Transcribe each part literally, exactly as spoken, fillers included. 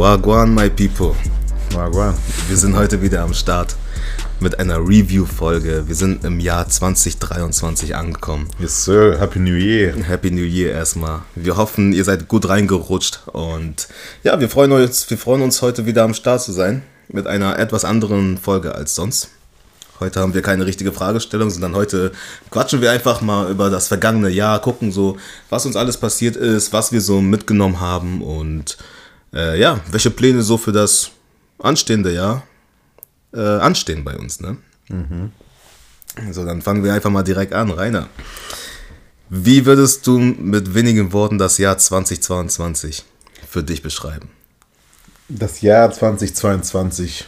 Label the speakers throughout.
Speaker 1: Wagwan, my people.
Speaker 2: Wagwan.
Speaker 1: Wir sind heute wieder am Start mit einer Review-Folge. Wir sind im Jahr zwanzig dreiundzwanzig angekommen.
Speaker 2: Yes, sir. Happy New Year.
Speaker 1: Happy New Year erstmal. Wir hoffen, ihr seid gut reingerutscht. Und ja, wir freuen uns, wir freuen uns heute wieder am Start zu sein. Mit einer etwas anderen Folge als sonst. Heute haben wir keine richtige Fragestellung, sondern heute quatschen wir einfach mal über das vergangene Jahr, gucken so, was uns alles passiert ist, was wir so mitgenommen haben und äh, ja, welche Pläne so für das anstehende Jahr äh, anstehen bei uns, ne? Mhm. So, dann fangen wir einfach mal direkt an. Rainer, wie würdest du mit wenigen Worten das Jahr zwanzig zweiundzwanzig für dich beschreiben?
Speaker 2: Das Jahr zwanzig zweiundzwanzig.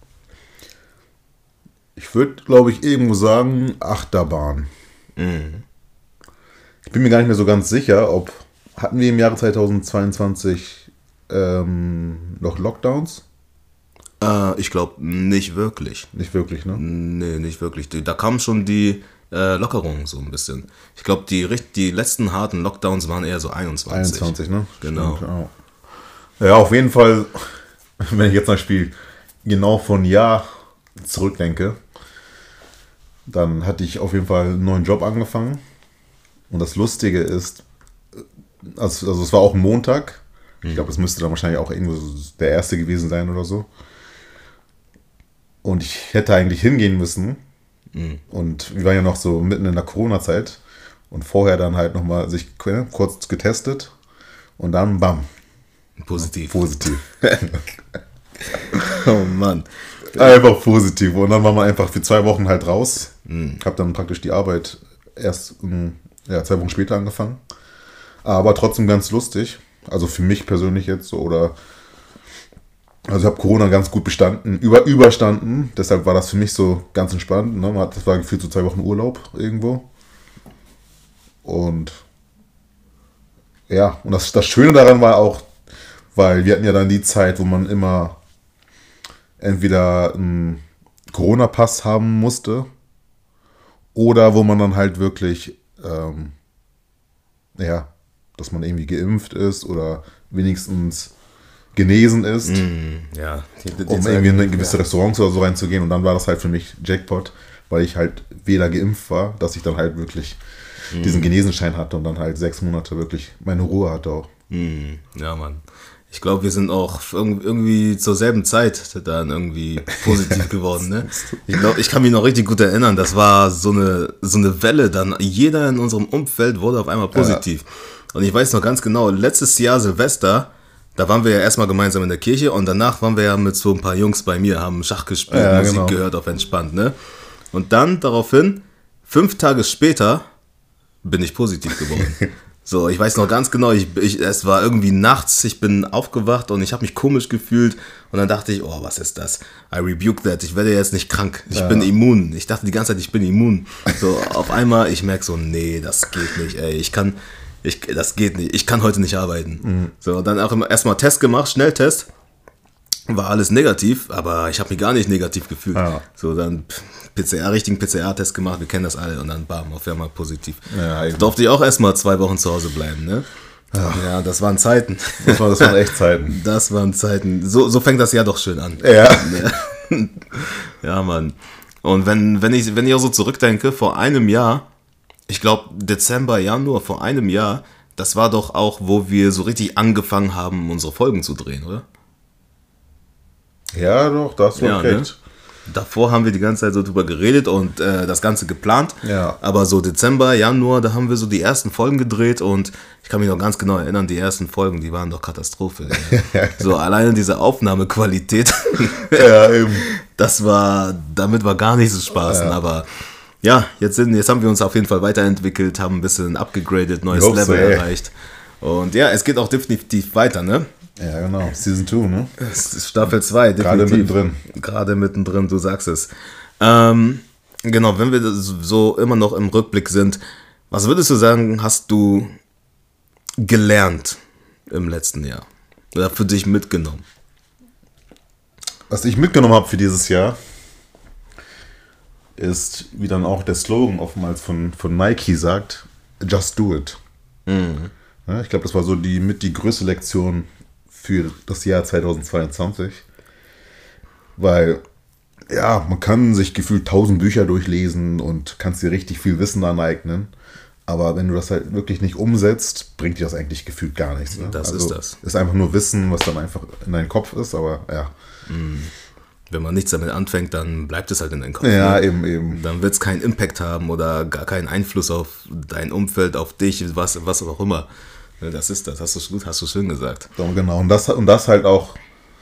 Speaker 2: Ich würde, glaube ich, irgendwo sagen, Achterbahn. Mhm. Ich bin mir gar nicht mehr so ganz sicher, ob, hatten wir im Jahre zweitausendzweiundzwanzig ähm, noch Lockdowns?
Speaker 1: Äh, ich glaube, nicht wirklich.
Speaker 2: Nicht wirklich, ne?
Speaker 1: Nee, nicht wirklich. Da kam schon die äh, Lockerung so ein bisschen. Ich glaube, die, die letzten harten Lockdowns waren eher so einundzwanzig.
Speaker 2: einundzwanzig, ne?
Speaker 1: Genau.
Speaker 2: Stimmt, ja. Ja, auf jeden Fall, wenn ich jetzt zum Beispiel genau von Jahr zurückdenke, dann hatte ich auf jeden Fall einen neuen Job angefangen. Und das Lustige ist, also, also es war auch ein Montag. Ich glaube, es müsste dann wahrscheinlich auch irgendwo der erste gewesen sein oder so. Und ich hätte eigentlich hingehen müssen. Mhm. Und wir waren ja noch so mitten in der Corona-Zeit. Und vorher dann halt nochmal sich kurz getestet. Und dann bam.
Speaker 1: Positiv.
Speaker 2: Positiv.
Speaker 1: Oh Mann.
Speaker 2: Einfach positiv. Und dann waren wir einfach für zwei Wochen halt raus. Mhm. Hab dann praktisch die Arbeit erst ja, zwei Wochen später angefangen. Aber trotzdem ganz lustig. Also für mich persönlich jetzt so. Oder also ich habe Corona ganz gut bestanden, über, überstanden. Deshalb war das für mich so ganz entspannt. Ne? Man hat, das war gefühlt so zwei Wochen Urlaub irgendwo. Und ja, und das, das Schöne daran war auch, weil wir hatten ja dann die Zeit, wo man immer entweder einen Corona-Pass haben musste oder wo man dann halt wirklich, ähm, ja, dass man irgendwie geimpft ist oder wenigstens genesen ist,
Speaker 1: mm, ja, die, die
Speaker 2: um
Speaker 1: Zeit,
Speaker 2: irgendwie in eine gewisse
Speaker 1: ja.
Speaker 2: Restaurants oder so reinzugehen. Und dann war das halt für mich Jackpot, weil ich halt weder geimpft war, dass ich dann halt wirklich mm. diesen Genesenschein hatte und dann halt sechs Monate wirklich meine Ruhe hatte auch.
Speaker 1: Mm, ja, Mann. Ich glaube, wir sind auch irgendwie zur selben Zeit dann irgendwie positiv geworden, ne? Ich glaube, ich kann mich noch richtig gut erinnern, das war so eine, so eine Welle dann. Jeder in unserem Umfeld wurde auf einmal positiv. Ja. Und ich weiß noch ganz genau, letztes Jahr Silvester, da waren wir ja erstmal gemeinsam in der Kirche und danach waren wir ja mit so ein paar Jungs bei mir, haben Schach gespielt, ja, Musik genau. gehört auf entspannt, ne? Und dann daraufhin, fünf Tage später, bin ich positiv geworden. So, ich weiß noch ganz genau, ich, ich, es war irgendwie nachts, ich bin aufgewacht und ich habe mich komisch gefühlt und dann dachte ich, oh, was ist das? I rebuke that, ich werde jetzt nicht krank, ich ja. bin immun. Ich dachte die ganze Zeit, ich bin immun. So, auf einmal, ich merke so, nee, das geht nicht, ey, ich kann, ich, das geht nicht, ich kann heute nicht arbeiten. Mhm. So, dann auch erstmal Test gemacht, Schnelltest, war alles negativ, aber ich habe mich gar nicht negativ gefühlt. Ja. So, dann P C R, richtigen P C R-Test gemacht, wir kennen das alle und dann bam, auf einmal positiv. Ja, durfte ich auch erstmal zwei Wochen zu Hause bleiben, ne? Ja, ja das waren Zeiten.
Speaker 2: Das, war, das waren echt Zeiten.
Speaker 1: Das waren Zeiten. So, so fängt das Jahr doch schön an.
Speaker 2: Ja.
Speaker 1: Ja, Mann. Und wenn, wenn, ich, wenn ich auch so zurückdenke, vor einem Jahr, ich glaube Dezember, Januar, vor einem Jahr, das war doch auch, wo wir so richtig angefangen haben, unsere Folgen zu drehen, oder?
Speaker 2: Ja, doch, das war
Speaker 1: ja,
Speaker 2: recht.
Speaker 1: Ne? Davor haben wir die ganze Zeit so drüber geredet und äh, das Ganze geplant.
Speaker 2: Ja.
Speaker 1: Aber so Dezember, Januar, da haben wir so die ersten Folgen gedreht und ich kann mich noch ganz genau erinnern, die ersten Folgen, die waren doch Katastrophe. So alleine diese Aufnahmequalität,
Speaker 2: ja, eben.
Speaker 1: Das war, damit war gar nicht so spaßen, ja. Aber ja, jetzt, sind, jetzt haben wir uns auf jeden Fall weiterentwickelt, haben ein bisschen upgegradet, neues Level so, erreicht. Und ja, es geht auch definitiv weiter, ne?
Speaker 2: Ja, genau. Season zwei, ne?
Speaker 1: Staffel zwei, definitiv.
Speaker 2: Gerade mittendrin.
Speaker 1: Gerade mittendrin, du sagst es. Ähm, genau, wenn wir so immer noch im Rückblick sind, was würdest du sagen, hast du gelernt im letzten Jahr? Oder für dich mitgenommen?
Speaker 2: Was ich mitgenommen habe für dieses Jahr, ist, wie dann auch der Slogan oftmals von, von Nike sagt, just do it. Mhm. Ja, ich glaube, das war so die mit die größte Lektion für das Jahr zweitausendzweiundzwanzig. Weil, ja, man kann sich gefühlt tausend Bücher durchlesen und kannst dir richtig viel Wissen aneignen. Aber wenn du das halt wirklich nicht umsetzt, bringt dir das eigentlich gefühlt gar nichts. Ne?
Speaker 1: Das
Speaker 2: also,
Speaker 1: ist das.
Speaker 2: Ist einfach nur Wissen, was dann einfach in deinem Kopf ist, aber ja.
Speaker 1: Wenn man nichts damit anfängt, dann bleibt es halt in deinem Kopf.
Speaker 2: Ja,
Speaker 1: ne?
Speaker 2: eben, eben.
Speaker 1: Dann wird es keinen Impact haben oder gar keinen Einfluss auf dein Umfeld, auf dich, was, was auch immer. Das ist das, hast du gut, hast du schön gesagt.
Speaker 2: So, genau, und das, und das halt auch,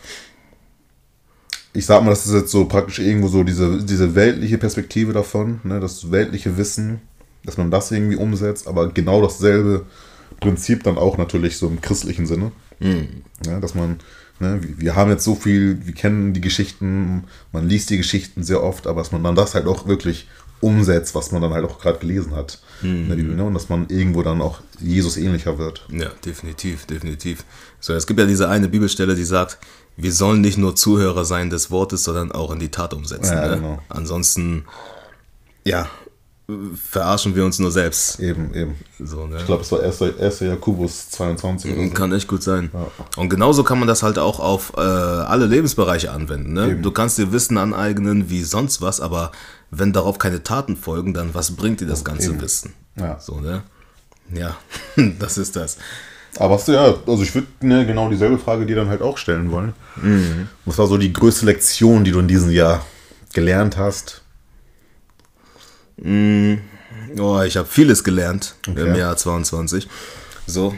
Speaker 2: ich sag mal, das ist jetzt so praktisch irgendwo so diese, diese weltliche Perspektive davon, ne, das weltliche Wissen, dass man das irgendwie umsetzt, aber genau dasselbe Prinzip dann auch natürlich so im christlichen Sinne. Mhm. Ja, dass man, ne, wir haben jetzt so viel, wir kennen die Geschichten, man liest die Geschichten sehr oft, aber dass man dann das halt auch wirklich umsetzt, was man dann halt auch gerade gelesen hat mhm. in der Bibel, ne, und dass man irgendwo dann auch Jesus ähnlicher wird.
Speaker 1: Ja, definitiv, definitiv. So, es gibt ja diese eine Bibelstelle, die sagt, wir sollen nicht nur Zuhörer sein des Wortes, sondern auch in die Tat umsetzen.
Speaker 2: Ja,
Speaker 1: ne?
Speaker 2: genau.
Speaker 1: Ansonsten, ja, verarschen wir uns nur selbst.
Speaker 2: Eben, eben.
Speaker 1: So, ne?
Speaker 2: Ich glaube, es war erster Jakobus zweiundzwanzig. Oder so.
Speaker 1: Kann echt gut sein.
Speaker 2: Ja.
Speaker 1: Und genauso kann man das halt auch auf äh, alle Lebensbereiche anwenden. Ne? Du kannst dir Wissen aneignen wie sonst was, aber wenn darauf keine Taten folgen, dann was bringt dir das ganze
Speaker 2: eben.
Speaker 1: Wissen?
Speaker 2: Ja.
Speaker 1: So, ne? Ja, das ist das.
Speaker 2: Aber hast du ja, also ich würde ne, genau dieselbe Frage dir dann halt auch stellen wollen. Mhm. Was war so die größte Lektion, die du in diesem Jahr gelernt hast?
Speaker 1: Mm, oh, ich habe vieles gelernt
Speaker 2: okay.
Speaker 1: im Jahr zweiundzwanzig. So.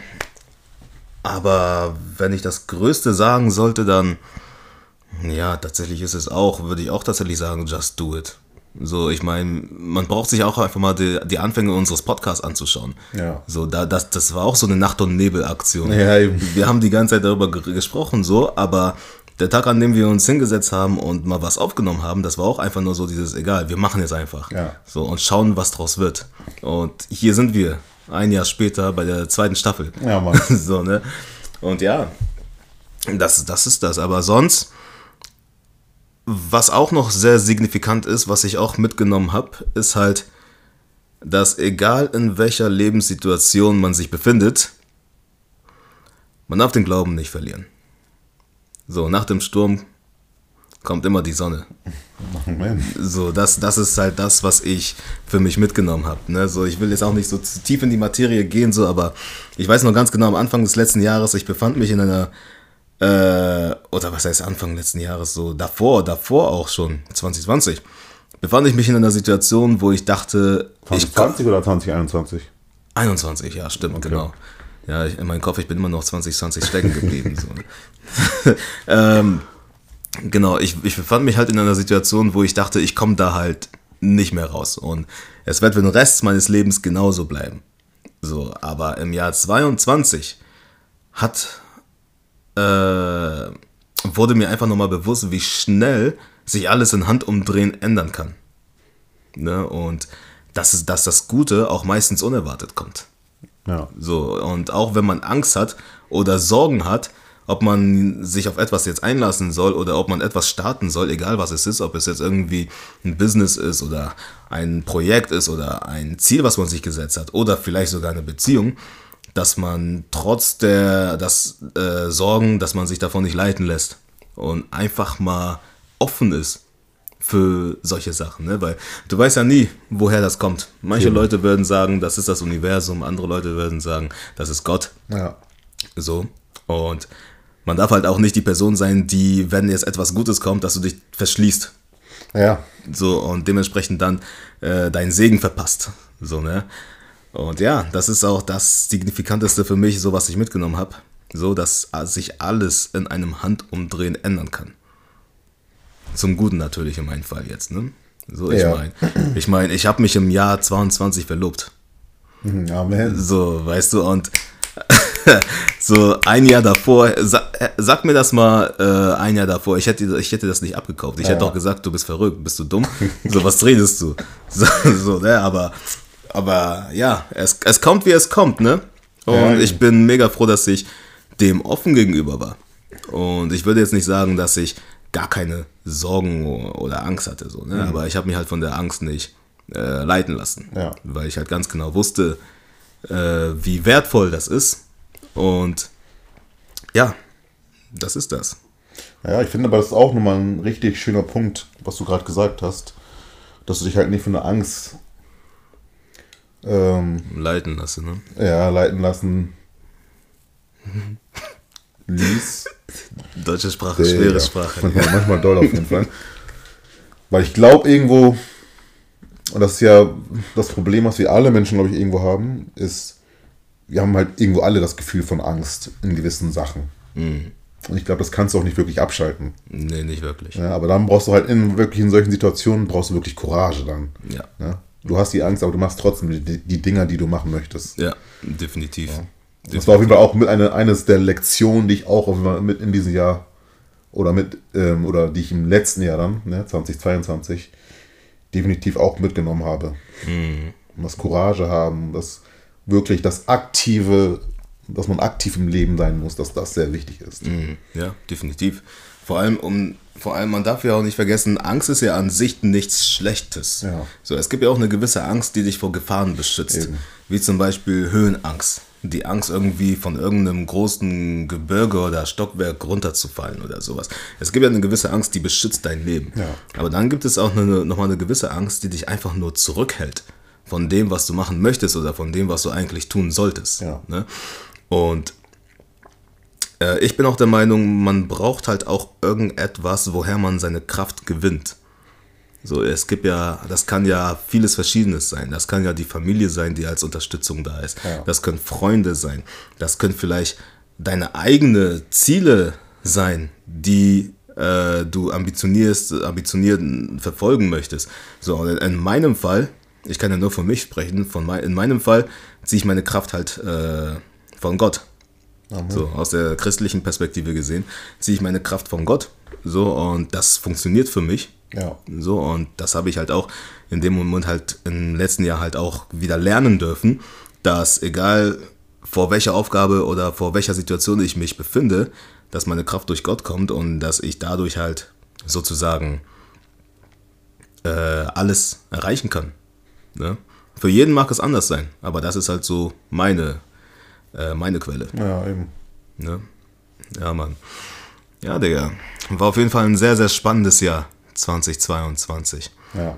Speaker 1: Aber wenn ich das Größte sagen sollte, dann, ja, tatsächlich ist es auch, würde ich auch tatsächlich sagen, just do it. So, ich meine, man braucht sich auch einfach mal die, die Anfänge unseres Podcasts anzuschauen.
Speaker 2: Ja.
Speaker 1: So, da, das, das war auch so eine Nacht- und Nebel-Aktion.
Speaker 2: Ja, eben.
Speaker 1: Wir haben die ganze Zeit darüber ge- gesprochen, so, aber der Tag, an dem wir uns hingesetzt haben und mal was aufgenommen haben, das war auch einfach nur so dieses, egal, wir machen jetzt einfach.
Speaker 2: Ja.
Speaker 1: So, und schauen, was draus wird. Und hier sind wir, ein Jahr später bei der zweiten Staffel.
Speaker 2: Ja, Mann.
Speaker 1: So, ne? Und ja, das, das ist das. Aber sonst, was auch noch sehr signifikant ist, was ich auch mitgenommen habe, ist halt, dass egal in welcher Lebenssituation man sich befindet, man darf den Glauben nicht verlieren. So, nach dem Sturm kommt immer die Sonne.
Speaker 2: Amen.
Speaker 1: So, das, das ist halt das, was ich für mich mitgenommen habe. Ne? So, ich will jetzt auch nicht so tief in die Materie gehen, so, aber ich weiß noch ganz genau, am Anfang des letzten Jahres, ich befand mich in einer, äh, oder was heißt Anfang letzten Jahres, so davor, davor auch schon, zwanzig zwanzig, befand ich mich in einer Situation, wo ich dachte,
Speaker 2: zwanzig zwanzig oder zwanzig einundzwanzig?
Speaker 1: einundzwanzig, ja, stimmt, okay. Genau. Ja, ich, in meinem Kopf, ich bin immer noch zwanzig zwanzig stecken geblieben. So. ähm, genau, ich, ich befand mich halt in einer Situation, wo ich dachte, ich komme da halt nicht mehr raus. Und es wird für den Rest meines Lebens genauso bleiben. So, aber im Jahr zweiundzwanzig hat, äh, wurde mir einfach nochmal bewusst, wie schnell sich alles in Handumdrehen ändern kann. Ne? Und dass, es, dass das Gute auch meistens unerwartet kommt.
Speaker 2: Ja.
Speaker 1: So, und auch wenn man Angst hat oder Sorgen hat, ob man sich auf etwas jetzt einlassen soll oder ob man etwas starten soll, egal was es ist, ob es jetzt irgendwie ein Business ist oder ein Projekt ist oder ein Ziel, was man sich gesetzt hat oder vielleicht sogar eine Beziehung, dass man trotz der das, äh, Sorgen, dass man sich davon nicht leiten lässt und einfach mal offen ist für solche Sachen, ne? Weil du weißt ja nie, woher das kommt. Manche ja. Leute würden sagen, das ist das Universum, andere Leute würden sagen, das ist Gott.
Speaker 2: Ja.
Speaker 1: So. Und man darf halt auch nicht die Person sein, die, wenn jetzt etwas Gutes kommt, dass du dich verschließt.
Speaker 2: Ja.
Speaker 1: So, und dementsprechend dann äh, deinen Segen verpasst. So, ne? Und ja, das ist auch das Signifikanteste für mich, so was ich mitgenommen habe. So, dass sich alles in einem Handumdrehen ändern kann. Zum Guten natürlich in meinem Fall jetzt, ne? So, ich
Speaker 2: Ja.
Speaker 1: meine, ich meine, ich habe mich im Jahr zweiundzwanzig verlobt.
Speaker 2: Amen.
Speaker 1: So, weißt du, und so ein Jahr davor, sag, sag mir das mal äh, ein Jahr davor, ich hätte, ich hätte das nicht abgekauft. Ich
Speaker 2: Ja.
Speaker 1: hätte auch gesagt, du bist verrückt, bist du dumm? So, was redest du? So, so ne, aber, aber ja, es, es kommt, wie es kommt, ne? Und
Speaker 2: Ja.
Speaker 1: ich bin mega froh, dass ich dem offen gegenüber war. Und ich würde jetzt nicht sagen, dass ich gar keine Sorgen oder Angst hatte, so, ne?
Speaker 2: Mhm.
Speaker 1: Aber ich habe mich halt von der Angst nicht äh, leiten lassen,
Speaker 2: Ja.
Speaker 1: weil ich halt ganz genau wusste, äh, wie wertvoll das ist. Und ja, Das ist das.
Speaker 2: Ja, ich finde aber, das ist auch nochmal ein richtig schöner Punkt, was du gerade gesagt hast, dass du dich halt nicht von der Angst ähm,
Speaker 1: leiten lassen, ne?
Speaker 2: Ja, leiten lassen ließ.
Speaker 1: Deutsche Sprache, schwere
Speaker 2: ja,
Speaker 1: Sprache.
Speaker 2: Manchmal, manchmal doll auf jeden Fall. Weil ich glaube irgendwo, und das ist ja das Problem, was wir alle Menschen, glaube ich, irgendwo haben, ist, wir haben halt irgendwo alle das Gefühl von Angst in gewissen Sachen. Mhm. Und ich glaube, das kannst du auch nicht wirklich abschalten.
Speaker 1: Nee, nicht wirklich.
Speaker 2: Ja, aber dann brauchst du halt in wirklich in solchen Situationen, brauchst du wirklich Courage dann.
Speaker 1: Ja.
Speaker 2: Ja? Du hast die Angst, aber du machst trotzdem die, die Dinger, die du machen möchtest.
Speaker 1: Ja, definitiv.
Speaker 2: Ja.
Speaker 1: definitiv.
Speaker 2: Das war auf jeden Fall auch mit eine, eines der Lektionen, die ich auch auf jeden Fall mit in diesem Jahr oder mit ähm, oder die ich im letzten Jahr dann, ne, zweitausendzweiundzwanzig, definitiv auch mitgenommen habe. Mhm. Und das Courage haben, das wirklich das aktive, dass man aktiv im Leben sein muss, dass das sehr wichtig ist.
Speaker 1: Mhm. Ja, definitiv. Vor allem, um, vor allem, man darf ja auch nicht vergessen, Angst ist ja an sich nichts Schlechtes.
Speaker 2: Ja.
Speaker 1: So, es gibt ja auch eine gewisse Angst, die dich vor Gefahren beschützt. Eben. Wie zum Beispiel Höhenangst. Die Angst, irgendwie von irgendeinem großen Gebirge oder Stockwerk runterzufallen oder sowas. Es gibt ja eine gewisse Angst, die beschützt dein Leben. Ja. Aber dann gibt es auch eine, nochmal eine gewisse Angst, die dich einfach nur zurückhält von dem, was du machen möchtest oder von dem, was du eigentlich tun solltest.
Speaker 2: Ja.
Speaker 1: Ne? Und äh, ich bin auch der Meinung, man braucht halt auch irgendetwas, woher man seine Kraft gewinnt. So, es gibt ja, das kann ja vieles Verschiedenes sein. Das kann ja die Familie sein, die als Unterstützung da ist. Ja. Das können Freunde sein. Das können vielleicht deine eigenen Ziele sein, die äh, du ambitionierst, ambitioniert verfolgen möchtest. So, und in meinem Fall, ich kann ja nur von mich sprechen, von mein, in meinem Fall ziehe ich meine Kraft halt äh, von Gott. Amen. So, aus der christlichen Perspektive gesehen, ziehe ich meine Kraft von Gott. So, und das funktioniert für mich.
Speaker 2: Ja.
Speaker 1: So, und das habe ich halt auch in dem Moment halt im letzten Jahr halt auch wieder lernen dürfen, dass egal vor welcher Aufgabe oder vor welcher Situation ich mich befinde, dass meine Kraft durch Gott kommt und dass ich dadurch halt sozusagen äh, alles erreichen kann. Ne? Für jeden mag es anders sein, aber das ist halt so meine, äh, meine Quelle.
Speaker 2: Ja, eben.
Speaker 1: Ne? Ja, Mann. Ja, Digga. War auf jeden Fall ein sehr, sehr spannendes Jahr. zweitausendzweiundzwanzig.
Speaker 2: Ja.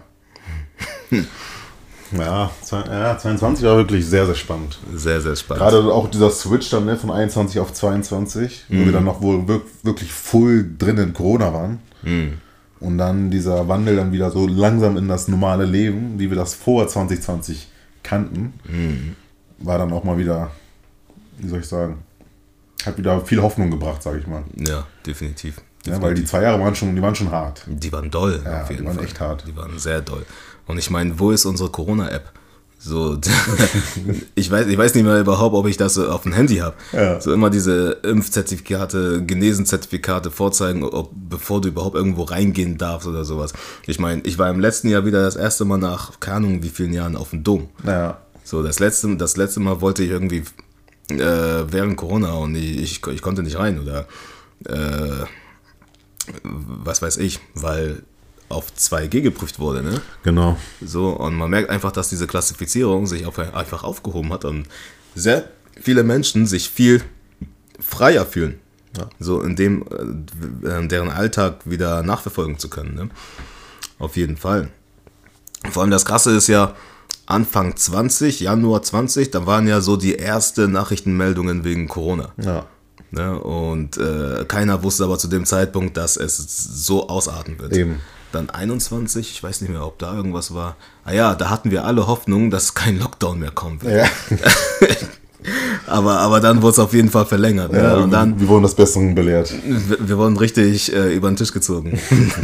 Speaker 2: ja, ja, zweiundzwanzig war wirklich sehr, sehr spannend.
Speaker 1: Sehr, sehr spannend.
Speaker 2: Gerade auch dieser Switch dann ne, von einundzwanzig auf zweiundzwanzig, mhm. wo wir dann noch wohl wirklich full drin in Corona waren. Mhm. Und dann dieser Wandel dann wieder so langsam in das normale Leben, wie wir das vor zwanzig zwanzig kannten, mhm. war dann auch mal wieder, wie soll ich sagen, hat wieder viel Hoffnung gebracht, sage ich mal.
Speaker 1: Ja, definitiv.
Speaker 2: Ja, weil die zwei Jahre waren schon, die waren schon hart.
Speaker 1: Die waren doll,
Speaker 2: ja,
Speaker 1: auf jeden
Speaker 2: die waren
Speaker 1: Fall.
Speaker 2: echt hart.
Speaker 1: Die waren sehr doll. Und ich meine, wo ist unsere Corona-App? So, ich weiß, ich weiß nicht mehr überhaupt, ob ich das auf dem Handy habe. Ja. So immer diese Impfzertifikate, Genesenzertifikate vorzeigen, ob, bevor du überhaupt irgendwo reingehen darfst oder sowas. Ich meine, ich war im letzten Jahr wieder das erste Mal nach, keine Ahnung wie vielen Jahren, auf dem Dom.
Speaker 2: Ja.
Speaker 1: So, das letzte, das letzte Mal wollte ich irgendwie äh, während Corona und ich, ich, ich konnte nicht rein oder äh, was weiß ich, weil auf zwei G geprüft wurde, ne?
Speaker 2: Genau.
Speaker 1: So, und man merkt einfach, dass diese Klassifizierung sich auf, einfach aufgehoben hat und sehr viele Menschen sich viel freier fühlen. Ja. So, in dem, äh, deren Alltag wieder nachverfolgen zu können, ne? Auf jeden Fall. Vor allem das Krasse ist ja, Anfang zwanzig, Januar zwanzig, da waren ja so die ersten Nachrichtenmeldungen wegen Corona.
Speaker 2: Ja.
Speaker 1: Ne, und äh, keiner wusste aber zu dem Zeitpunkt, dass es so ausarten wird.
Speaker 2: Eben.
Speaker 1: Dann einundzwanzig, ich weiß nicht mehr, ob da irgendwas war. Ah ja, da hatten wir alle Hoffnung, dass kein Lockdown mehr kommen wird.
Speaker 2: Ja.
Speaker 1: aber, aber dann wurde es auf jeden Fall verlängert.
Speaker 2: Ja,
Speaker 1: ne? Und dann,
Speaker 2: wir wurden das Besseren belehrt.
Speaker 1: Wir, wir wurden richtig äh, über den Tisch gezogen.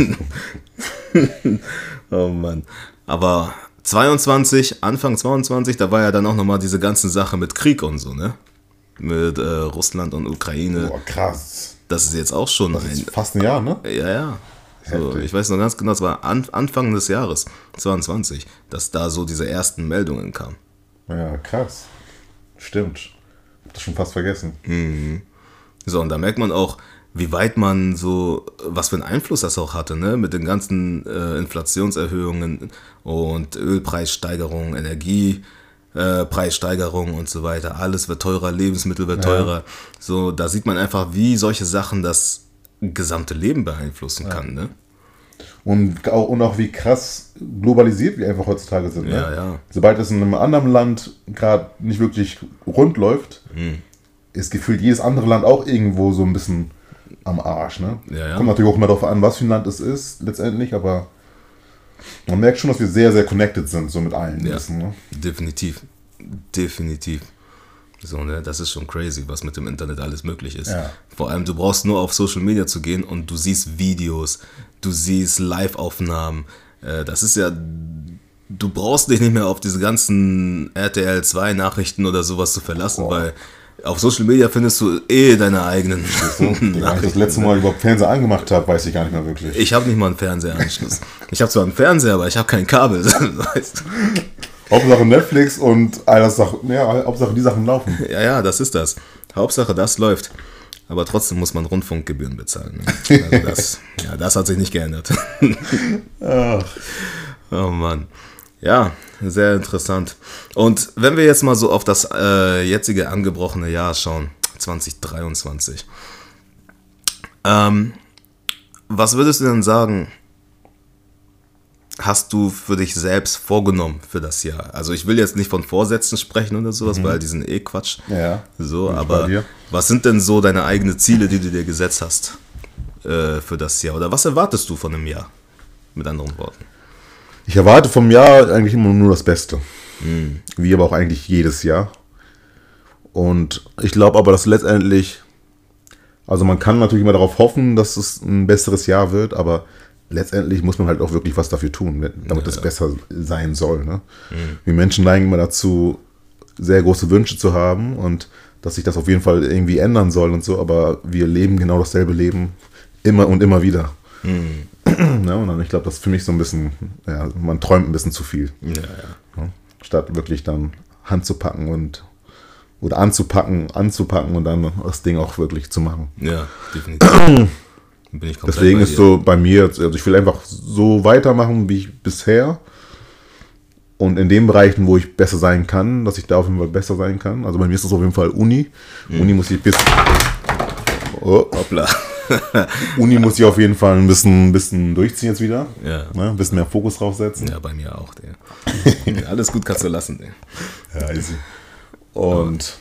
Speaker 1: Oh Mann. Aber zweiundzwanzig, Anfang zweiundzwanzig, da war ja dann auch nochmal diese ganze Sache mit Krieg und so, ne? Mit äh, Russland und Ukraine.
Speaker 2: Boah, krass.
Speaker 1: Das ist jetzt auch schon
Speaker 2: das
Speaker 1: ein...
Speaker 2: ist fast ein Jahr, ne?
Speaker 1: Ja, ja. So, ich weiß noch ganz genau, es war an, Anfang des Jahres, zweiundzwanzig, dass da so diese ersten Meldungen kamen.
Speaker 2: Ja, krass. Stimmt. Hab das schon fast vergessen.
Speaker 1: Mhm. So, und da merkt man auch, wie weit man so, was für einen Einfluss das auch hatte, ne? Mit den ganzen äh, Inflationserhöhungen und Ölpreissteigerungen, Energie, äh, Preissteigerung und so weiter. Alles wird teurer, Lebensmittel wird teurer. Ja. So, da sieht man einfach, wie solche Sachen das gesamte Leben beeinflussen ja. kann. Ne?
Speaker 2: Und auch, und auch wie krass globalisiert wir einfach heutzutage sind. Ne?
Speaker 1: Ja, ja.
Speaker 2: Sobald es in einem anderen Land gerade nicht wirklich rund läuft, mhm. ist gefühlt jedes andere Land auch irgendwo so ein bisschen am Arsch. Ne?
Speaker 1: Ja, ja.
Speaker 2: Kommt natürlich auch immer darauf an, was für ein Land es ist, letztendlich, aber man merkt schon, dass wir sehr, sehr connected sind, so mit allen.
Speaker 1: Ja,
Speaker 2: Wissen, ne?
Speaker 1: definitiv. Definitiv. So, ne, das ist schon crazy, was mit dem Internet alles möglich ist.
Speaker 2: Ja.
Speaker 1: Vor allem, du brauchst nur auf Social Media zu gehen und du siehst Videos, du siehst Live-Aufnahmen. Äh, das ist ja, du brauchst dich nicht mehr auf diese ganzen R T L zwei Nachrichten oder sowas zu verlassen, oh. weil auf Social Media findest du eh deine eigenen
Speaker 2: Nachrichten. Als ich das letzte Mal überhaupt Fernseher angemacht habe, weiß ich gar nicht mehr wirklich.
Speaker 1: Ich habe nicht mal einen Fernseheranschluss. Ich habe zwar einen Fernseher, aber ich habe kein Kabel. Weißt du?
Speaker 2: Hauptsache Netflix und alles Sachen, ja, Hauptsache die Sachen laufen.
Speaker 1: Ja, ja, das ist das. Hauptsache das läuft. Aber trotzdem muss man Rundfunkgebühren bezahlen. Ne? Also das, ja, das hat sich nicht geändert.
Speaker 2: Ach.
Speaker 1: Oh Mann. Ja, sehr interessant. Und wenn wir jetzt mal so auf das äh, jetzige angebrochene Jahr schauen, zwanzig dreiundzwanzig. Ähm, was würdest du denn sagen, hast du für dich selbst vorgenommen für das Jahr? Also ich will jetzt nicht von Vorsätzen sprechen oder sowas, mhm. weil die sind eh Quatsch.
Speaker 2: Ja.
Speaker 1: So, aber was sind denn so deine eigenen Ziele, die du dir gesetzt hast äh, für das Jahr? Oder was erwartest du von einem Jahr? Mit anderen Worten.
Speaker 2: Ich erwarte vom Jahr eigentlich immer nur das Beste. Mhm. Wie aber auch eigentlich jedes Jahr. Und ich glaube aber, dass letztendlich, also man kann natürlich immer darauf hoffen, dass es ein besseres Jahr wird, aber letztendlich muss man halt auch wirklich was dafür tun, damit es ja, ja. besser sein soll. Ne? Mhm. Wir Menschen neigen immer dazu, sehr große Wünsche zu haben und dass sich das auf jeden Fall irgendwie ändern soll und so, aber wir leben genau dasselbe Leben immer und immer wieder. Mhm. Ja, und dann, ich glaube, das ist für mich so ein bisschen, ja, man träumt ein bisschen zu viel.
Speaker 1: Ja, ja.
Speaker 2: Ja, statt wirklich dann Hand zu packen und oder anzupacken, anzupacken und dann das Ding auch wirklich zu machen.
Speaker 1: Ja, definitiv. Bin ich
Speaker 2: Deswegen ist so bei mir, also ich will einfach so weitermachen, wie ich bisher. Und in den Bereichen, wo ich besser sein kann, dass ich da auf jeden Fall besser sein kann. Also bei mir ist das auf jeden Fall Uni. Mhm. Uni muss ich bis. Oh.
Speaker 1: Hoppla.
Speaker 2: Uni muss ich auf jeden Fall ein bisschen, ein bisschen durchziehen jetzt wieder.
Speaker 1: Ja.
Speaker 2: Ne? Ein bisschen mehr Fokus draufsetzen.
Speaker 1: Ja, bei mir auch. Der. Alles gut kannst du lassen. Der.
Speaker 2: Ja, easy. Und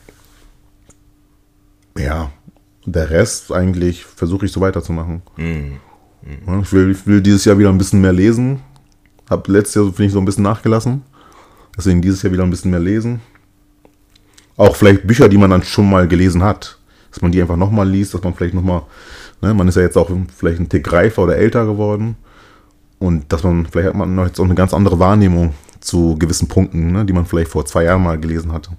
Speaker 2: ja, der Rest eigentlich versuche ich so weiterzumachen.
Speaker 1: Mhm. Mhm.
Speaker 2: Ich will, ich will dieses Jahr wieder ein bisschen mehr lesen. Hab letztes Jahr, finde ich, so ein bisschen nachgelassen. Deswegen dieses Jahr wieder ein bisschen mehr lesen. Auch vielleicht Bücher, die man dann schon mal gelesen hat. Dass man die einfach nochmal liest, dass man vielleicht nochmal, ne, man ist ja jetzt auch vielleicht ein Tick reifer oder älter geworden. Und dass man, vielleicht hat man noch jetzt auch eine ganz andere Wahrnehmung zu gewissen Punkten, ne, die man vielleicht vor zwei Jahren mal gelesen hatte.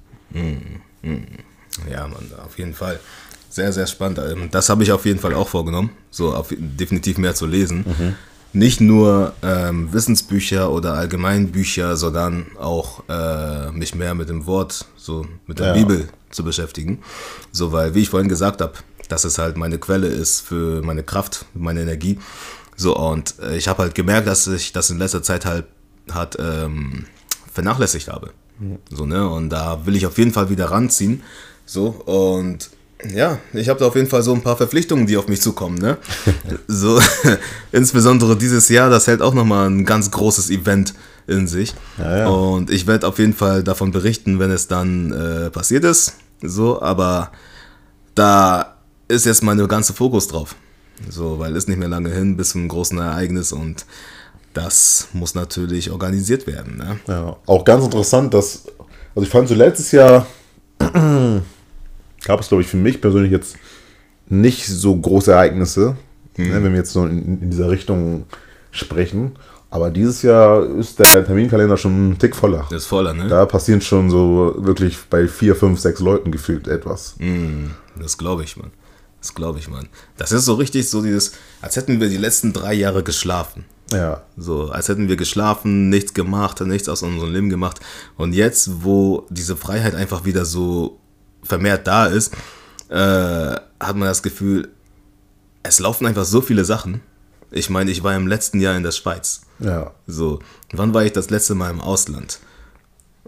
Speaker 1: Ja, Mann, auf jeden Fall. Sehr, sehr spannend. Das habe ich auf jeden Fall auch vorgenommen, so auf, definitiv mehr zu lesen. Mhm. Nicht nur ähm, Wissensbücher oder Allgemeinbücher, sondern auch äh, mich mehr mit dem Wort, so mit der ja. Bibel zu beschäftigen. So, weil, wie ich vorhin gesagt habe, dass es halt meine Quelle ist für meine Kraft, meine Energie. So, und äh, ich habe halt gemerkt, dass ich das in letzter Zeit halt, halt ähm, vernachlässigt habe. Mhm. So, ne? Und da will ich auf jeden Fall wieder ranziehen. So, und ja, ich habe da auf jeden Fall so ein paar Verpflichtungen, die auf mich zukommen, ne? So, insbesondere dieses Jahr, das hält auch nochmal ein ganz großes Event in sich.
Speaker 2: Ja, ja.
Speaker 1: Und ich werde auf jeden Fall davon berichten, wenn es dann äh, passiert ist. So, aber da ist jetzt mein ganzer Fokus drauf. So, weil es nicht mehr lange hin bis zum großen Ereignis und das muss natürlich organisiert werden, ne?
Speaker 2: Ja, auch ganz interessant, dass, also ich fand so letztes Jahr gab es, glaube ich, für mich persönlich jetzt nicht so große Ereignisse, mhm. ne, wenn wir jetzt so in, in dieser Richtung sprechen. Aber dieses Jahr ist der Terminkalender schon ein Tick voller.
Speaker 1: Das ist voller, ne?
Speaker 2: Da passiert schon so wirklich bei vier, fünf, sechs Leuten gefühlt etwas.
Speaker 1: Mhm. Das glaube ich, Mann. Das glaube ich, Mann. Das ist so richtig so dieses, als hätten wir die letzten drei Jahre geschlafen.
Speaker 2: Ja.
Speaker 1: So, als hätten wir geschlafen, nichts gemacht, nichts aus unserem Leben gemacht. Und jetzt, wo diese Freiheit einfach wieder so vermehrt da ist, äh, hat man das Gefühl, es laufen einfach so viele Sachen. Ich meine, ich war im letzten Jahr in der Schweiz.
Speaker 2: Ja.
Speaker 1: So, wann war ich das letzte Mal im Ausland?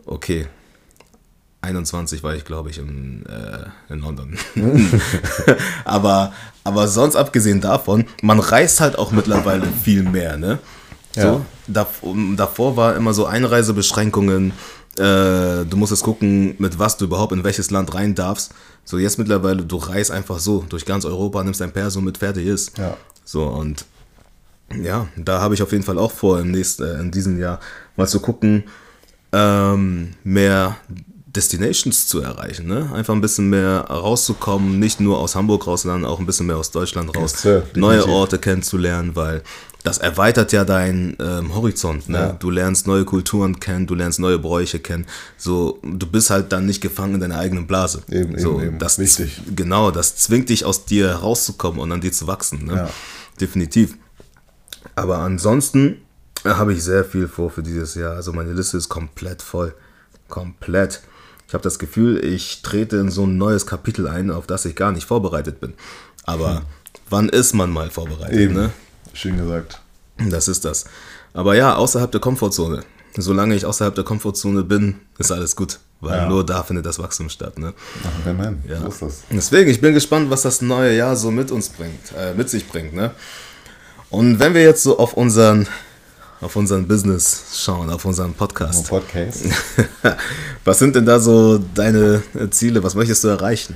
Speaker 1: okay, einundzwanzig war ich, glaube ich, in, äh, in London. aber, aber sonst abgesehen davon, man reist halt auch mittlerweile viel mehr, ne? So,
Speaker 2: Ja.
Speaker 1: dav- davor war immer so Einreisebeschränkungen, äh, du musstest gucken, mit was du überhaupt in welches Land rein darfst. So, jetzt mittlerweile, du reist einfach so durch ganz Europa, nimmst dein Perso mit, fertig ist.
Speaker 2: Ja.
Speaker 1: So, und ja, da habe ich auf jeden Fall auch vor, im nächsten, äh, in diesem Jahr mal zu gucken, ähm, mehr Destinations zu erreichen, ne? Einfach ein bisschen mehr rauszukommen, nicht nur aus Hamburg raus, sondern auch ein bisschen mehr aus Deutschland raus,
Speaker 2: Yes, sir. Definitiv.
Speaker 1: neue Orte kennenzulernen, weil das erweitert ja deinen ähm, Horizont, ne?
Speaker 2: Ja.
Speaker 1: Du lernst neue Kulturen kennen, du lernst neue Bräuche kennen, so, du bist halt dann nicht gefangen in deiner eigenen Blase.
Speaker 2: Eben,
Speaker 1: so,
Speaker 2: eben, eben.
Speaker 1: Das,
Speaker 2: Wichtig.
Speaker 1: Genau, das zwingt dich aus dir herauszukommen und an dir zu wachsen, ne?
Speaker 2: Ja.
Speaker 1: Definitiv. Aber ansonsten äh, habe ich sehr viel vor für dieses Jahr. Also meine Liste ist komplett voll. Komplett. Ich habe das Gefühl, ich trete in so ein neues Kapitel ein, auf das ich gar nicht vorbereitet bin. Aber hm. wann ist man mal vorbereitet?
Speaker 2: Eben.
Speaker 1: Ne?
Speaker 2: Schön gesagt.
Speaker 1: Das ist das. Aber ja, außerhalb der Komfortzone. Solange ich außerhalb der Komfortzone bin, ist alles gut. Weil
Speaker 2: Ja.
Speaker 1: nur da findet das Wachstum statt. Ne?
Speaker 2: Ach, nein, nein.
Speaker 1: Ja.
Speaker 2: So ist das.
Speaker 1: Deswegen, ich bin gespannt, was das neue Jahr so mit uns bringt, äh, mit sich bringt. Ne? Und wenn wir jetzt so auf unseren, auf unseren Business schauen, auf unseren Podcast,
Speaker 2: Podcast.
Speaker 1: was sind denn da so deine äh, Ziele? Was möchtest du erreichen?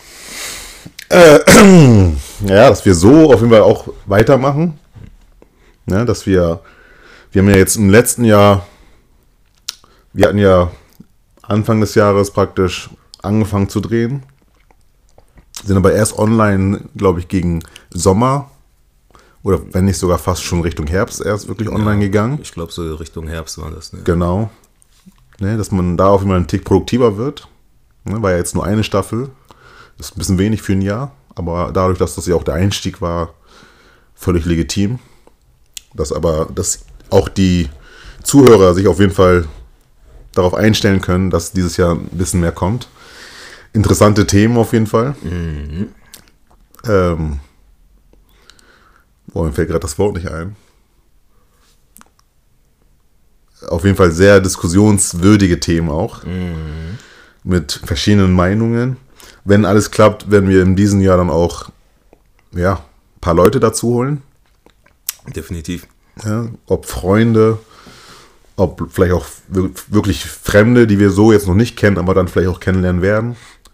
Speaker 2: Ja, dass wir so auf jeden Fall auch weitermachen. Ne, dass wir, wir haben ja jetzt im letzten Jahr, wir hatten ja Anfang des Jahres praktisch angefangen zu drehen. Sind aber erst online, glaube ich, gegen Sommer oder wenn nicht sogar fast schon Richtung Herbst erst wirklich online
Speaker 1: Ja,
Speaker 2: gegangen.
Speaker 1: Ich glaube, so Richtung Herbst war das. Ne?
Speaker 2: Genau. Ne, dass man da auf jeden Fall einen Tick produktiver wird. Ne, war ja jetzt nur eine Staffel. Das ist ein bisschen wenig für ein Jahr. Aber dadurch, dass das ja auch der Einstieg war, völlig legitim. Dass aber, dass auch die Zuhörer sich auf jeden Fall darauf einstellen können, dass dieses Jahr ein bisschen mehr kommt. Interessante Themen auf jeden Fall.
Speaker 1: Mhm.
Speaker 2: Ähm, boah, mir fällt gerade das Wort nicht ein. Auf jeden Fall sehr diskussionswürdige Themen auch.
Speaker 1: Mhm.
Speaker 2: Mit verschiedenen Meinungen. Wenn alles klappt, werden wir in diesem Jahr dann auch ja, ein paar Leute dazu holen.
Speaker 1: Definitiv.
Speaker 2: Ja, ob Freunde, ob vielleicht auch wir- wirklich Fremde, die wir so jetzt noch nicht kennen, aber dann vielleicht auch kennenlernen werden.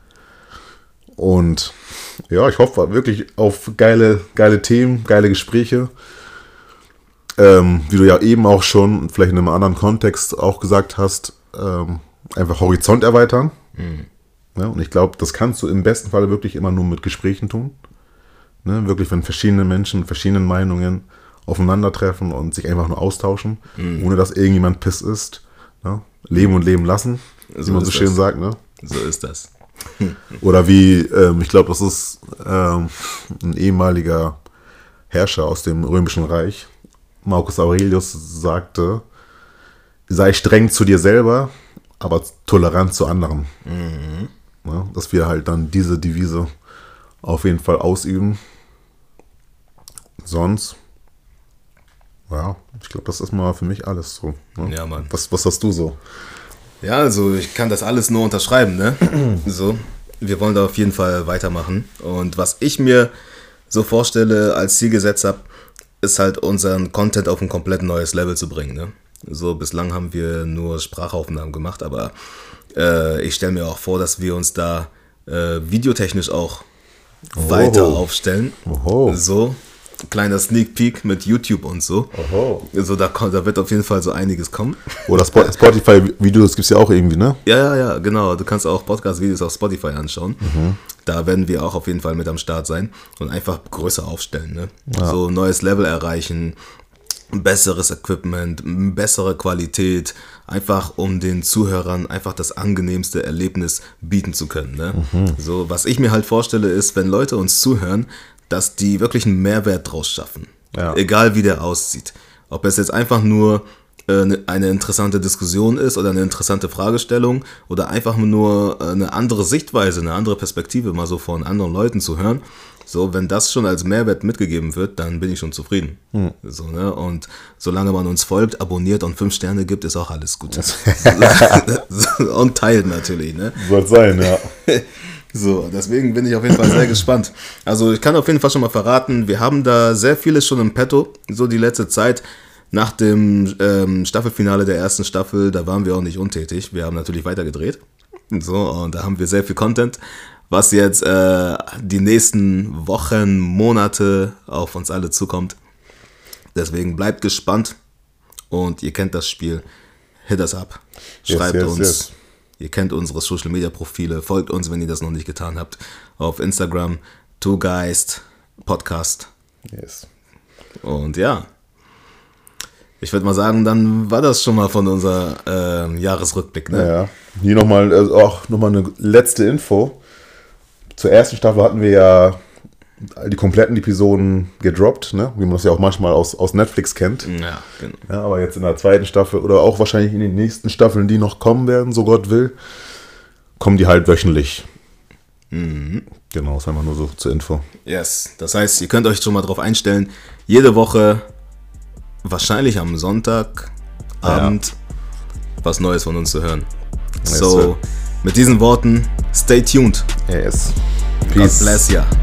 Speaker 2: Und ja, ich hoffe wirklich auf geile, geile Themen, geile Gespräche. Ähm, wie du ja eben auch schon, vielleicht in einem anderen Kontext auch gesagt hast, ähm, einfach Horizont erweitern.
Speaker 1: Mhm.
Speaker 2: Ja, und ich glaube, das kannst du im besten Fall wirklich immer nur mit Gesprächen tun. Ne, wirklich, wenn verschiedene Menschen mit verschiedenen Meinungen aufeinandertreffen und sich einfach nur austauschen,
Speaker 1: Mhm.
Speaker 2: ohne dass irgendjemand piss ist. Ne? Leben und leben lassen, wie
Speaker 1: So
Speaker 2: man so
Speaker 1: ist
Speaker 2: schön
Speaker 1: das.
Speaker 2: sagt. Ne?
Speaker 1: So ist das.
Speaker 2: Oder wie, ähm, ich glaube, das ist ähm, ein ehemaliger Herrscher aus dem Römischen Reich, Marcus Aurelius, sagte, sei streng zu dir selber, aber tolerant zu anderen.
Speaker 1: Mhm.
Speaker 2: Ja, dass wir halt dann diese Devise auf jeden Fall ausüben. Sonst, ja, ich glaube, das ist mal für mich alles so. Ne?
Speaker 1: Ja, Mann.
Speaker 2: Was, was hast du so?
Speaker 1: Ja, also ich kann das alles nur unterschreiben, ne? So, wir wollen da auf jeden Fall weitermachen. Und was ich mir so vorstelle, als Ziel gesetzt habe, ist halt unseren Content auf ein komplett neues Level zu bringen, ne? So, bislang haben wir nur Sprachaufnahmen gemacht, aber äh, ich stelle mir auch vor, dass wir uns da äh, videotechnisch auch
Speaker 2: Oh.
Speaker 1: weiter aufstellen.
Speaker 2: Oho.
Speaker 1: So, kleiner Sneak Peek mit YouTube und so.
Speaker 2: Oho.
Speaker 1: So, da, kommt- da wird auf jeden Fall so einiges kommen.
Speaker 2: Oder Spo- Spotify-Videos gibt es ja auch irgendwie, ne?
Speaker 1: Ja, ja, ja, genau. Du kannst auch Podcast-Videos auf Spotify anschauen. Da werden wir auch auf jeden Fall mit am Start sein und einfach größer aufstellen. Ne? So ein neues Level erreichen, besseres Equipment, bessere Qualität, einfach um den Zuhörern einfach das angenehmste Erlebnis bieten zu können. Ne? So, was ich mir halt vorstelle, ist, wenn Leute uns zuhören, dass die wirklich einen Mehrwert draus schaffen.
Speaker 2: Ja.
Speaker 1: Egal wie der aussieht. Ob es jetzt einfach nur äh, ne- eine interessante Diskussion ist oder eine interessante Fragestellung oder einfach nur äh, eine andere Sichtweise, eine andere Perspektive mal so von anderen Leuten zu hören. So, wenn das schon als Mehrwert mitgegeben wird, dann bin ich schon zufrieden. Hm. So, ne? Und solange man uns folgt, abonniert und fünf Sterne gibt, ist auch alles gut. Und teilt natürlich, ne?
Speaker 2: Soll sein, ja.
Speaker 1: So, deswegen bin ich auf jeden Fall sehr gespannt. Also ich kann auf jeden Fall schon mal verraten, wir haben da sehr vieles schon im Petto, so die letzte Zeit. Nach dem ähm, Staffelfinale der ersten Staffel, da waren wir auch nicht untätig. Wir haben natürlich weitergedreht. So, und da haben wir sehr viel Content, was jetzt äh, die nächsten Wochen, Monate auf uns alle zukommt. Deswegen bleibt gespannt und ihr kennt das Spiel. Hit us up. Schreibt yes, yes, uns. Yes. Ihr kennt unsere Social Media Profile. Folgt uns, wenn ihr das noch nicht getan habt. Auf Instagram, Two Geist Podcast.
Speaker 2: Yes.
Speaker 1: Und ja. Ich würde mal sagen, dann war das schon mal von unser äh, Jahresrückblick. Ne?
Speaker 2: Ja, hier nochmal also auch nochmal eine letzte Info. Zur ersten Staffel hatten wir ja die kompletten Episoden gedroppt, ne? Wie man das ja auch manchmal aus, aus Netflix kennt.
Speaker 1: Ja, genau.
Speaker 2: Ja, aber jetzt in der zweiten Staffel oder auch wahrscheinlich in den nächsten Staffeln, die noch kommen werden, so Gott will, kommen die halt wöchentlich.
Speaker 1: Mhm.
Speaker 2: Genau, das ist einfach nur so zur Info.
Speaker 1: Yes, das heißt, ihr könnt euch schon mal drauf einstellen, jede Woche wahrscheinlich am Sonntagabend ja. was Neues von uns zu hören. Yes, so, sir. Mit diesen Worten, stay tuned.
Speaker 2: Yes.
Speaker 1: Peace. God bless ya.